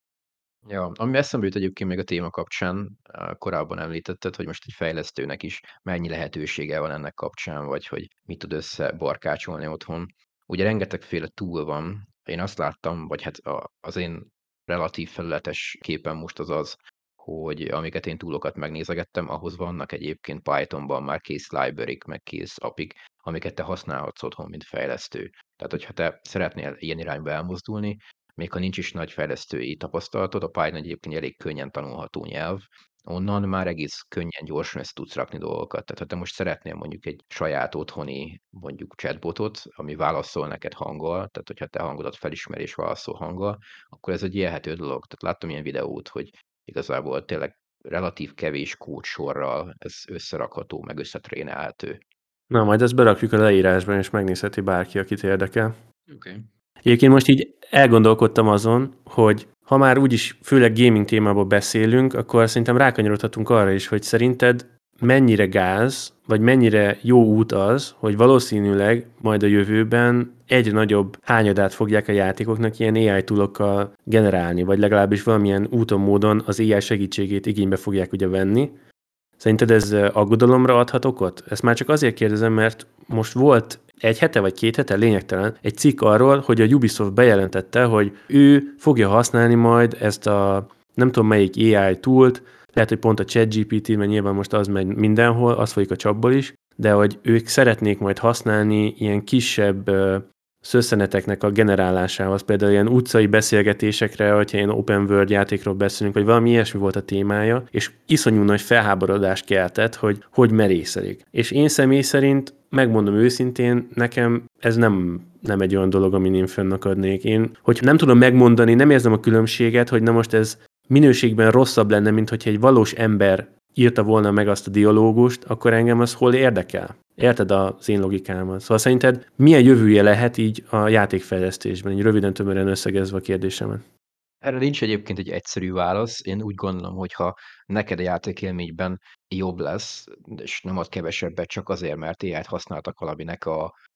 Ja, ami eszembe jut egyébként még a téma kapcsán, a korábban említetted, hogy most egy fejlesztőnek is mennyi lehetősége van ennek kapcsán, vagy hogy mit tud összebarkácsolni otthon. Ugye rengetegféle tool van. Én azt láttam, vagy hát a, az én relatív felületes képem most az az, hogy amiket én toolokat megnézegettem, ahhoz vannak egyébként Pythonban már kész library-k, meg kész apik, amiket te használhatsz otthon, mint fejlesztő. Tehát, hogyha te szeretnél ilyen irányba elmozdulni, még ha nincs is nagy fejlesztői tapasztalatod, a Python egyébként elég könnyen tanulható nyelv, onnan már egész könnyen, gyorsan össze tudsz rakni dolgokat. Tehát ha te most szeretnél mondjuk egy saját otthoni mondjuk chatbotot, ami válaszol neked hanggal, tehát hogyha te hangodat felismer és válaszol hanggal, akkor ez egy élhető dolog. Tehát láttam ilyen videót, hogy igazából tényleg relatív kevés kódsorral ez összerakható, meg összetrénelhető. Na, majd ezt berakjuk a leírásban, és megnézheti bárki, akit érdekel. Oké. Egyébként most így elgondolkodtam azon, hogy ha már úgyis főleg gaming témából beszélünk, akkor szerintem rákanyarodhatunk arra is, hogy szerinted mennyire gáz, vagy mennyire jó út az, hogy valószínűleg majd a jövőben egyre nagyobb hányadát fogják a játékoknak ilyen á i toolokkal generálni, vagy legalábbis valamilyen úton, módon az á i segítségét igénybe fogják ugye venni. Szerinted ez aggodalomra adhat okot? Ezt már csak azért kérdezem, mert most volt egy hete vagy két hete, lényegtelen, egy cikk arról, hogy a Ubisoft bejelentette, hogy ő fogja használni majd ezt a nem tudom melyik á i toolt, lehet, hogy pont a ChatGPT, mert nyilván most az megy mindenhol, az folyik a csapból is, de hogy ők szeretnék majd használni ilyen kisebb szösszeneteknek a generálásához, például ilyen utcai beszélgetésekre, hogyha ilyen open world játékról beszélünk, vagy valami ilyesmi volt a témája, és iszonyú nagy felháborodást keltett, hogy hogy merészelik. És én személy szerint, megmondom őszintén, nekem ez nem, nem egy olyan dolog, amin én fönnakadnék. Én, hogyha nem tudom megmondani, nem érzem a különbséget, hogy na most ez minőségben rosszabb lenne, mint hogyha egy valós ember írta volna meg azt a dialógust, akkor engem az hol érdekel? Érted az én logikámat? Szóval szerinted milyen jövője lehet így a játékfejlesztésben, így röviden tömören összegezve a kérdésemet? Erre nincs egyébként egy egyszerű válasz. Én úgy gondolom, hogy ha neked a játékélményben jobb lesz, és nem ad kevesebbet csak azért, mert á i-t használtak valaminek a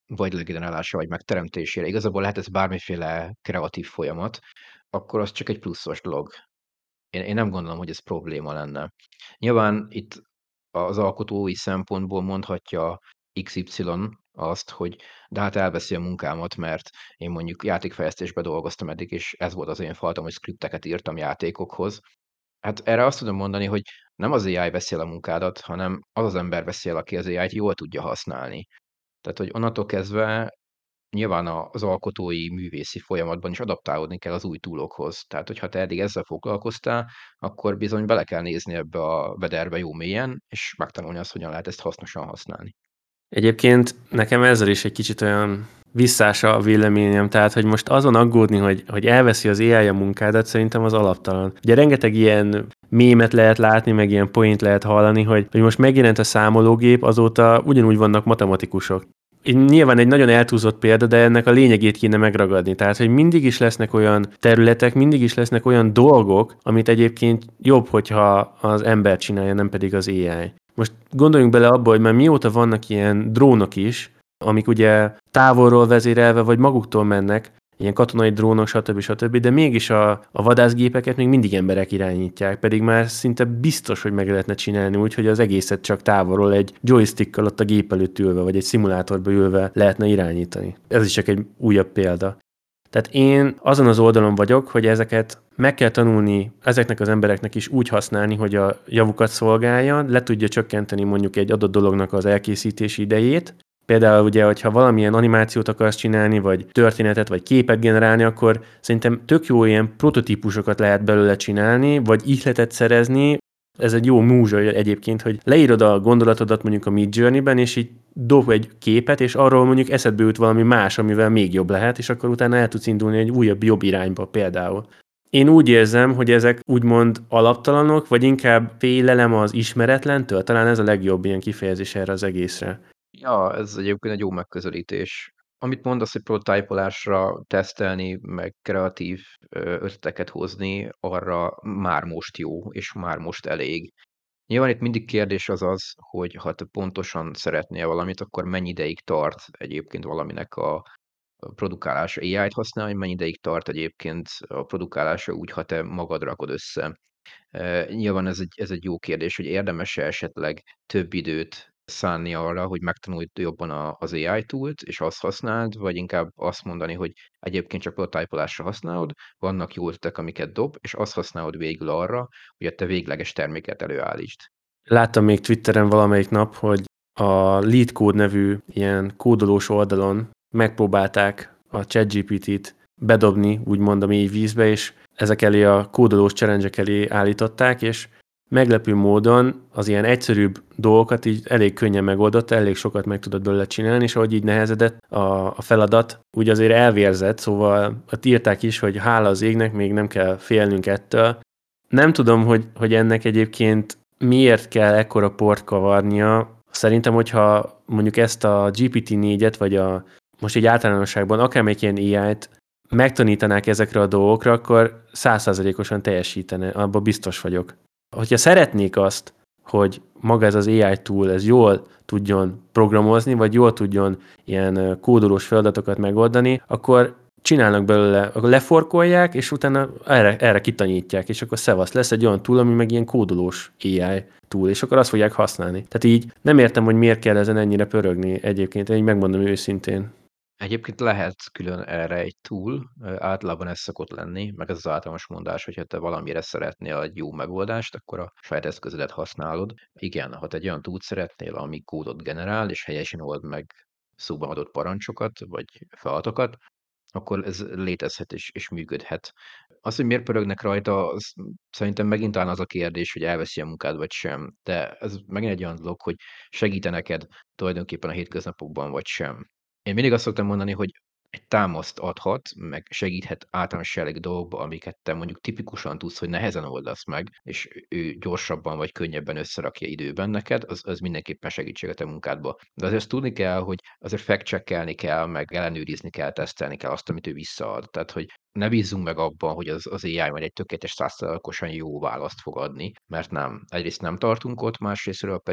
vagy legenerálásra, vagy megteremtésére, igazából lehet ez bármiféle kreatív folyamat, akkor az csak egy pluszos dolog. Én én nem gondolom, hogy ez probléma lenne. Nyilván itt az alkotói szempontból mondhatja iksz ipszilon azt, hogy de hát elveszi a munkámat, mert én mondjuk játékfejlesztésben dolgoztam eddig, és ez volt az én faltam, hogy scripteket írtam játékokhoz. Hát erre azt tudom mondani, hogy nem az á i veszi el a munkádat, hanem az az ember veszi el, aki az á i-t jól tudja használni. Tehát, hogy onnantól kezdve nyilván a az alkotói, művészi folyamatban is adaptálódni kell az új toolokhoz. Tehát, hogyha te eddig ezzel foglalkoztál, akkor bizony bele kell nézni ebbe a vederbe jó mélyen, és megtanulni azt, hogyan lehet ezt hasznosan használni. Egyébként nekem ezzel is egy kicsit olyan visszás a véleményem, tehát hogy most azon aggódni, hogy, hogy elveszi az á i a munkádat, szerintem az alaptalan. Ugye rengeteg ilyen mémet lehet látni, meg ilyen point lehet hallani, hogy, hogy most megjelent a számológép, azóta ugyanúgy vannak matematikusok. Nyilván egy nagyon eltúzott példa, de ennek a lényegét kéne megragadni. Tehát, hogy mindig is lesznek olyan területek, mindig is lesznek olyan dolgok, amit egyébként jobb, hogyha az ember csinálja, nem pedig az á i. Most gondoljunk bele abba, hogy már mióta vannak ilyen drónok is, amik ugye távolról vezérelve, vagy maguktól mennek, ilyen katonai drónok, stb. stb., de mégis a, a vadászgépeket még mindig emberek irányítják, pedig már szinte biztos, hogy meg lehetne csinálni úgy, hogy az egészet csak távolról egy joystickkal ott a gép előtt ülve, vagy egy szimulátorba ülve lehetne irányítani. Ez is csak egy újabb példa. Tehát én azon az oldalon vagyok, hogy ezeket meg kell tanulni ezeknek az embereknek is úgy használni, hogy a javukat szolgálja, le tudja csökkenteni mondjuk egy adott dolognak az elkészítési idejét. Például ugye, hogyha valamilyen animációt akarsz csinálni, vagy történetet, vagy képet generálni, akkor szerintem tök jó ilyen prototípusokat lehet belőle csinálni, vagy ihletet szerezni. Ez egy jó múzsa egyébként, hogy leírod a gondolatodat mondjuk a Midjourney-ben, és így dob egy képet, és arról mondjuk eszedbe jut valami más, amivel még jobb lehet, és akkor utána el tudsz indulni egy újabb, jobb irányba például. Én úgy érzem, hogy ezek úgymond alaptalanok, vagy inkább félelem az ismeretlentől, talán ez a legjobb ilyen kifejezés erre az egészre. Ja, ez egyébként egy jó megközelítés. Amit mondasz, hogy prototípolásra tesztelni, meg kreatív ö, ötleteket hozni, arra már most jó, és már most elég. Nyilván itt mindig kérdés az az, hogy ha te pontosan szeretnél valamit, akkor mennyi ideig tart egyébként valaminek a a produkálása. á i-t használni, mennyi ideig tart egyébként a produkálása úgy, ha te magad rakod össze. E, nyilván ez egy, ez egy jó kérdés, hogy érdemes-e esetleg több időt szánni arra, hogy megtanulj jobban a, az á i túlt, és azt használd, vagy inkább azt mondani, hogy egyébként csak prototípolásra használod, vannak jó ötletek, amiket dob, és azt használod végül arra, hogy a te végleges terméket előállítsd. Láttam még Twitteren valamelyik nap, hogy a LeetCode nevű ilyen kódolós oldalon megpróbálták a ChatGPT-t bedobni, úgymond a mély vízbe, és ezek elé a kódolós challenge elé állították, és meglepő módon az ilyen egyszerűbb dolgokat így elég könnyen megoldotta, elég sokat meg tudott belőle csinálni, és ahogy így nehezedett a, a feladat, úgy azért elvérzett, szóval ott írták is, hogy hála az égnek, még nem kell félnünk ettől. Nem tudom, hogy, hogy ennek egyébként miért kell ekkora port kavarnia. Szerintem, hogyha mondjuk ezt a gé pé té négyet, vagy a most egy általánosságban akármelyik ilyen á i-t megtanítanák ezekre a dolgokra, akkor száz százalékosan teljesítene, abban biztos vagyok. Hogyha szeretnék azt, hogy maga ez az á i tool, ez jól tudjon programozni, vagy jól tudjon ilyen kódolós feladatokat megoldani, akkor csinálnak belőle, akkor leforkolják, és utána erre, erre kitanítják, és akkor szevasz, lesz egy olyan tool, ami meg ilyen kódolós á i tool, és akkor azt fogják használni. Tehát így nem értem, hogy miért kell ezen ennyire pörögni egyébként, én így megmondom őszintén. Egyébként lehet külön erre egy tool, ö, általában ez szokott lenni, meg ez az általános mondás, hogyha te valamire szeretnél egy jó megoldást, akkor a saját eszközödet használod. Igen, ha te egy olyan tool szeretnél, ami kódot generál, és helyesen old meg szóban adott parancsokat, vagy feladatokat, akkor ez létezhet és, és működhet. Az, hogy miért pörögnek rajta, az szerintem megint talán az a kérdés, hogy elveszi a munkád vagy sem. De ez megint egy olyan dolog, hogy segít-e neked tulajdonképpen a hétköznapokban vagy sem. Én mindig azt szoktam mondani, hogy egy támaszt adhat, meg segíthet általános jellegű dolgokba, amiket te mondjuk tipikusan tudsz, hogy nehezen oldasz meg, és ő gyorsabban vagy könnyebben összerakja időben neked, az, az mindenképpen segítség a te munkádba. De azért azt tudni kell, hogy azért fact-checkelni kell, meg ellenőrizni kell, tesztelni kell azt, amit ő visszaad. Tehát, hogy ne bízzunk meg abban, hogy az, az á i majd egy tökéletes százszerzalékosan jó választ fog adni, mert nem. Egyrészt nem tartunk ott, másrésztről pedig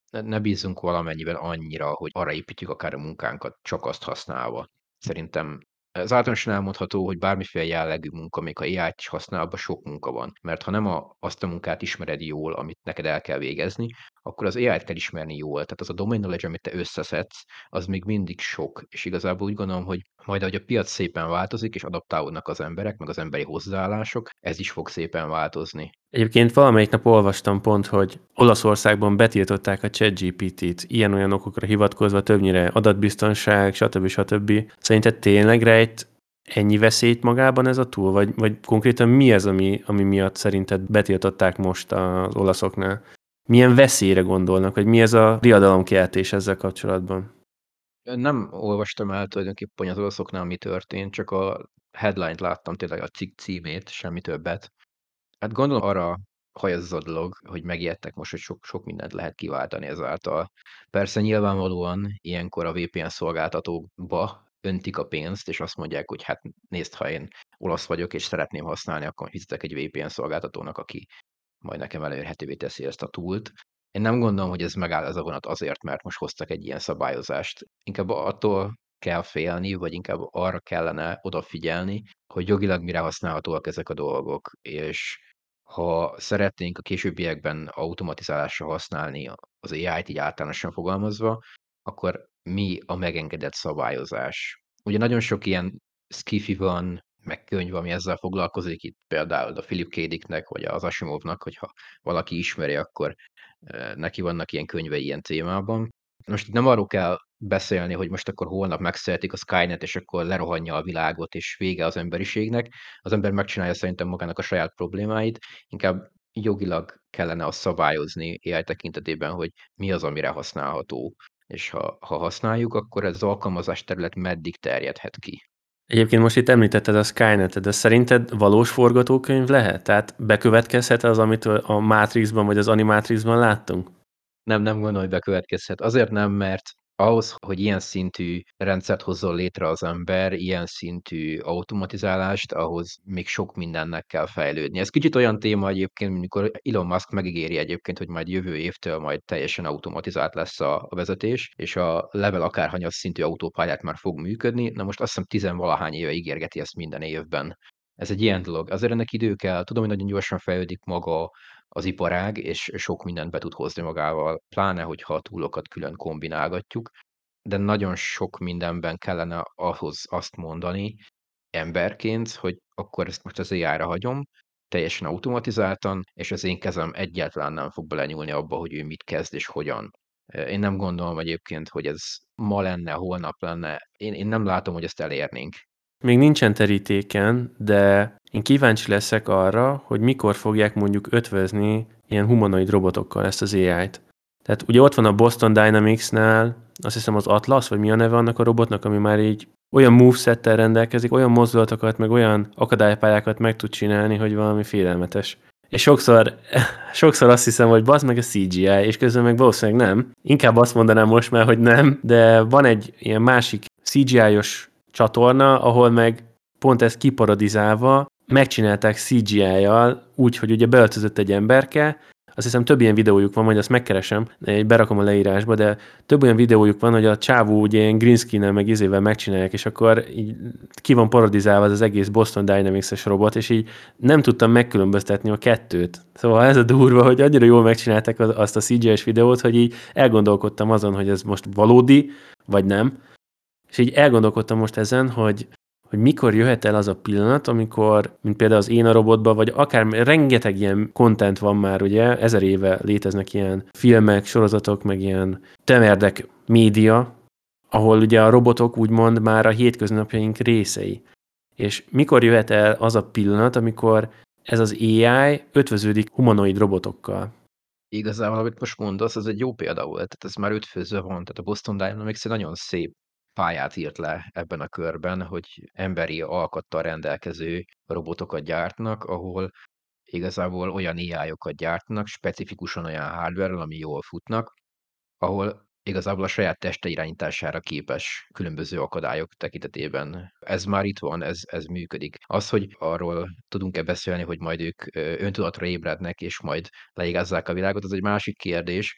ne ne bízzunk valamennyiben annyira, hogy arra építjük akár a munkánkat, csak azt használva. Szerintem ez általánosan elmondható, hogy bármiféle jellegű munka, még ha á í-t is használ, abban sok munka van. Mert ha nem a azt a munkát ismered jól, amit neked el kell végezni, akkor az á í-t kell ismerni jól. Tehát az a domain knowledge, amit te összeszedsz, az még mindig sok. És igazából úgy gondolom, hogy majd ahogy a piac szépen változik, és adaptálódnak az emberek, meg az emberi hozzáállások, ez is fog szépen változni. Egyébként valamelyik nap olvastam pont, hogy Olaszországban betiltották a ChatGPT-t ilyen-olyan okokra hivatkozva, többnyire adatbiztonság, stb. stb. Szerinted tényleg rejt ennyi veszélyt magában ez a túl? Vagy, vagy konkrétan mi ez, ami, ami miatt szerinted betiltották most az olaszoknál? Milyen veszélyre gondolnak, vagy mi ez a riadalomkeltés ezzel kapcsolatban? Nem olvastam el tulajdonképpen, hogy az olaszoknál mi történt, csak a headline-t láttam, tényleg a cikk címét, semmi többet. Hát gondolom arra hajaz ez a dolog, hogy megijedtek most, hogy sok, sok mindent lehet kiváltani ezáltal. Persze nyilvánvalóan ilyenkor a vé pé en szolgáltatókba öntik a pénzt, és azt mondják, hogy hát nézd, ha én olasz vagyok, és szeretném használni, akkor fizetek egy vé pé en szolgáltatónak, aki majd nekem elérhetővé teszi ezt a túlt. Én nem gondolom, hogy ez megáll ez a vonat azért, mert most hoztak egy ilyen szabályozást. Inkább attól kell félni, vagy inkább arra kellene odafigyelni, hogy jogilag mire használhatóak ezek a dolgok, és ha szeretnénk a későbbiekben automatizálásra használni az á í-t így általánosan fogalmazva, akkor mi a megengedett szabályozás? Ugye nagyon sok ilyen skifi van, meg könyv, ami ezzel foglalkozik, itt például a Philip K. Dicknek, vagy az Asimovnak, hogyha valaki ismeri, akkor eh, neki vannak ilyen könyvei ilyen témában. Most itt nem arról kell beszélni, hogy most akkor holnap megszületik a Skynet, és akkor lerohanja a világot, és vége az emberiségnek. Az ember megcsinálja szerintem magának a saját problémáit, inkább jogilag kellene azt szabályozni á í tekintetében, hogy mi az, amire használható. És ha, ha használjuk, akkor ez az alkalmazás terület meddig terjedhet ki. Egyébként most itt említetted a Skynet-et, de szerinted valós forgatókönyv lehet? Tehát bekövetkezhet az, amit a Matrixban vagy az Animatrixban láttunk? Nem, nem gondolom, hogy bekövetkezhet. Azért nem, mert ahhoz, hogy ilyen szintű rendszert hozzon létre az ember, ilyen szintű automatizálást, ahhoz még sok mindennek kell fejlődni. Ez kicsit olyan téma egyébként, mint mikor Elon Musk megígéri egyébként, hogy majd jövő évtől majd teljesen automatizált lesz a a vezetés, és a level akárhanyas szintű autópályák már fog működni. Na most azt hiszem tizenvalahány éve ígérgeti ezt minden évben. Ez egy ilyen dolog. Azért ennek idő kell. Tudom, hogy nagyon gyorsan fejlődik maga az iparág, és sok mindent be tud hozni magával, pláne hogyha a túlokat külön kombinálgatjuk, de nagyon sok mindenben kellene ahhoz azt mondani emberként, hogy akkor ezt most az á í-ra hagyom, teljesen automatizáltan, és az én kezem egyáltalán nem fog belenyúlni abba, hogy ő mit kezd és hogyan. Én nem gondolom egyébként, hogy ez ma lenne, holnap lenne. Én, én nem látom, hogy ezt elérnénk. Még nincsen terítéken, de én kíváncsi leszek arra, hogy mikor fogják mondjuk ötvözni ilyen humanoid robotokkal ezt az á í-t. Tehát ugye ott van a Boston Dynamics-nál, azt hiszem az Atlas, vagy mi a neve annak a robotnak, ami már így olyan movesettel rendelkezik, olyan mozdulatokat, meg olyan akadálypályákat meg tud csinálni, hogy valami félelmetes. És sokszor, sokszor azt hiszem, hogy bazd meg a cé gé í, és közben meg valószínűleg nem. Inkább azt mondanám most már, hogy nem, de van egy ilyen másik cé gé í-os csatorna, ahol meg pont ezt kiparodizálva megcsinálták cé gé í-jal úgy, hogy ugye beöltözött egy emberke, azt hiszem több ilyen videójuk van, majd azt megkeresem, berakom a leírásba, de több olyan videójuk van, hogy a csávó ugye ilyen green screen-nel meg izével megcsinálják, és akkor így ki van parodizálva az, az egész Boston Dynamics-es robot, és így nem tudtam megkülönböztetni a kettőt. Szóval ez a durva, hogy annyira jól megcsinálták azt a cé gé í-s videót, hogy így elgondolkodtam azon, hogy ez most valódi, vagy nem. És így elgondolkodtam most ezen, hogy hogy mikor jöhet el az a pillanat, amikor, mint például az Én a robotban, vagy akár rengeteg ilyen content van már, ugye, ezer éve léteznek ilyen filmek, sorozatok, meg ilyen temerdek média, ahol ugye a robotok úgymond már a hétköznapjaink részei. És mikor jöhet el az a pillanat, amikor ez az á í ötvöződik humanoid robotokkal? Igazából, amit most mondasz, ez egy jó példa volt, tehát ez már ötvözve van, tehát a Boston Dynamics egy nagyon szép pályát írt le ebben a körben, hogy emberi alkattal rendelkező robotokat gyártnak, ahol igazából olyan á í-okat gyártnak, specifikusan olyan hardware-rel, ami jól futnak, ahol igazából a saját teste irányítására képes különböző akadályok tekintetében. Ez már itt van, ez, ez működik. Az, hogy arról tudunk-e beszélni, hogy majd ők ö, öntudatra ébrednek, és majd leigázzák a világot, az egy másik kérdés.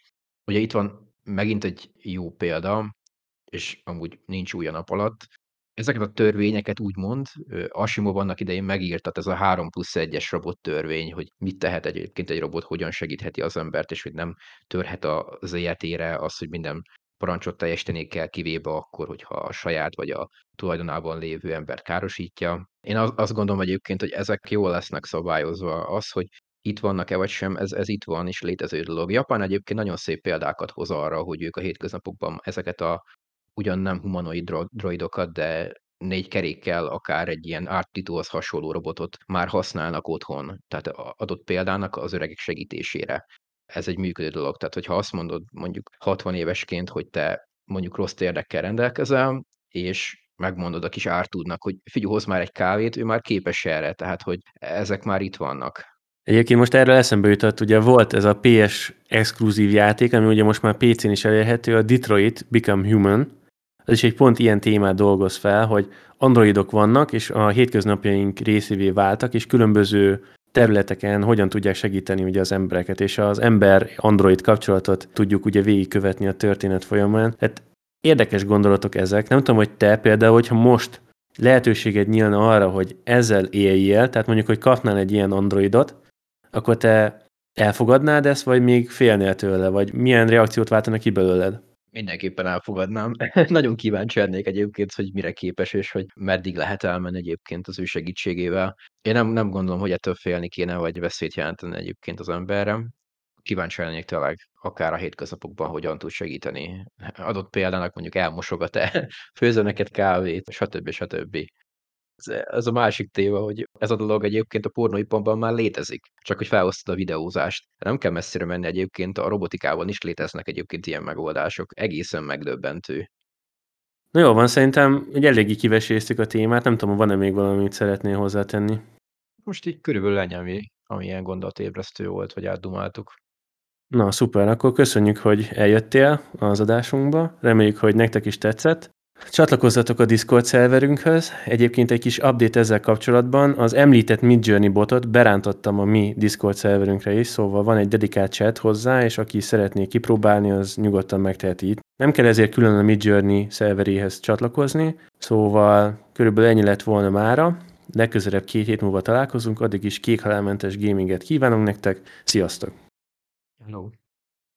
Ugye itt van megint egy jó példa, és amúgy nincs új a nap alatt. Ezeket a törvényeket úgymond ö, Asimov annak idején megírta, tehát ez a három plusz egyes robot törvény, hogy mit tehet egyébként egy robot, hogyan segítheti az embert, és hogy nem törhet a- az életére az, hogy minden parancsot teljesíteni kell, kivéve akkor, hogyha a saját vagy a tulajdonában lévő ember károsítja. Én az- azt gondolom egyébként, hogy ezek jól lesznek szabályozva. Az, hogy itt vannak-e vagy sem, ez, ez itt van, és létező dolog. Japán egyébként nagyon szép példákat hoz arra, hogy ők a hétköznapokban ezeket a ugyan nem humanoid dro droidokat, de négy kerékkel akár egy ilyen Ártituhoz hasonló robotot már használnak otthon. Tehát a adott példának az öregek segítésére. Ez egy működő dolog. Tehát, hogyha azt mondod mondjuk hatvan évesként, hogy te mondjuk rossz érdekkel rendelkezel, és megmondod a kis Ártúdnak, hogy figyelj, hozz már egy kávét, ő már képes erre, tehát hogy ezek már itt vannak. Egyébként most erről eszembe jutott, ugye volt ez a pé es exkluzív játék, ami ugye most már pé cén is elérhető, a Detroit Become Human. Ez is egy pont ilyen témát dolgoz fel, hogy androidok vannak, és a hétköznapjaink részévé váltak, és különböző területeken hogyan tudják segíteni ugye az embereket, és az ember-android kapcsolatot tudjuk ugye végigkövetni a történet folyamán. Hát érdekes gondolatok ezek. Nem tudom, hogy te például, hogyha most lehetőséged nyílna arra, hogy ezzel éljél, tehát mondjuk, hogy kapnál egy ilyen androidot, akkor te elfogadnád ezt, vagy még félnél tőle, vagy milyen reakciót váltana ki belőled? Mindenképpen elfogadnám. Nagyon kíváncsi lennék egyébként, hogy mire képes, és hogy meddig lehet elmenni egyébként az ő segítségével. Én nem, nem gondolom, hogy ettől félni kéne, vagy veszélyt jelenteni egyébként az emberre. Kíváncsi lennék tényleg, akár a hétköznapokban hogyan tud segíteni. Adott példának mondjuk elmosogat-e, főzze neked kávét, stb. stb. Ez ez a másik téma, hogy ez a dolog egyébként a pornóiparban már létezik, csak hogy felhoztad a videózást. Nem kell messzire menni egyébként, a robotikában is léteznek egyébként ilyen megoldások. Egészen megdöbbentő. Na jó van, szerintem egy eléggé kiveséztük a témát, nem tudom, van-e még valami, amit szeretnél hozzátenni. Most így körülbelül ennyi, ami, ami ilyen gondolatébresztő volt, hogy átdumáltuk. Na szuper, akkor köszönjük, hogy eljöttél az adásunkba, reméljük, hogy nektek is tetszett. Csatlakozzatok a Discord szerverünkhöz. Egyébként egy kis update ezzel kapcsolatban. Az említett Midjourney botot berántottam a mi Discord szerverünkre is, szóval van egy dedikált chat hozzá, és aki szeretné kipróbálni, az nyugodtan megteheti itt. Nem kell ezért külön a Midjourney szerveréhez csatlakozni, szóval körülbelül ennyi lett volna mára. Legközelebb két hét múlva találkozunk, addig is kékhalálmentes gaminget kívánunk nektek. Sziasztok! Hello.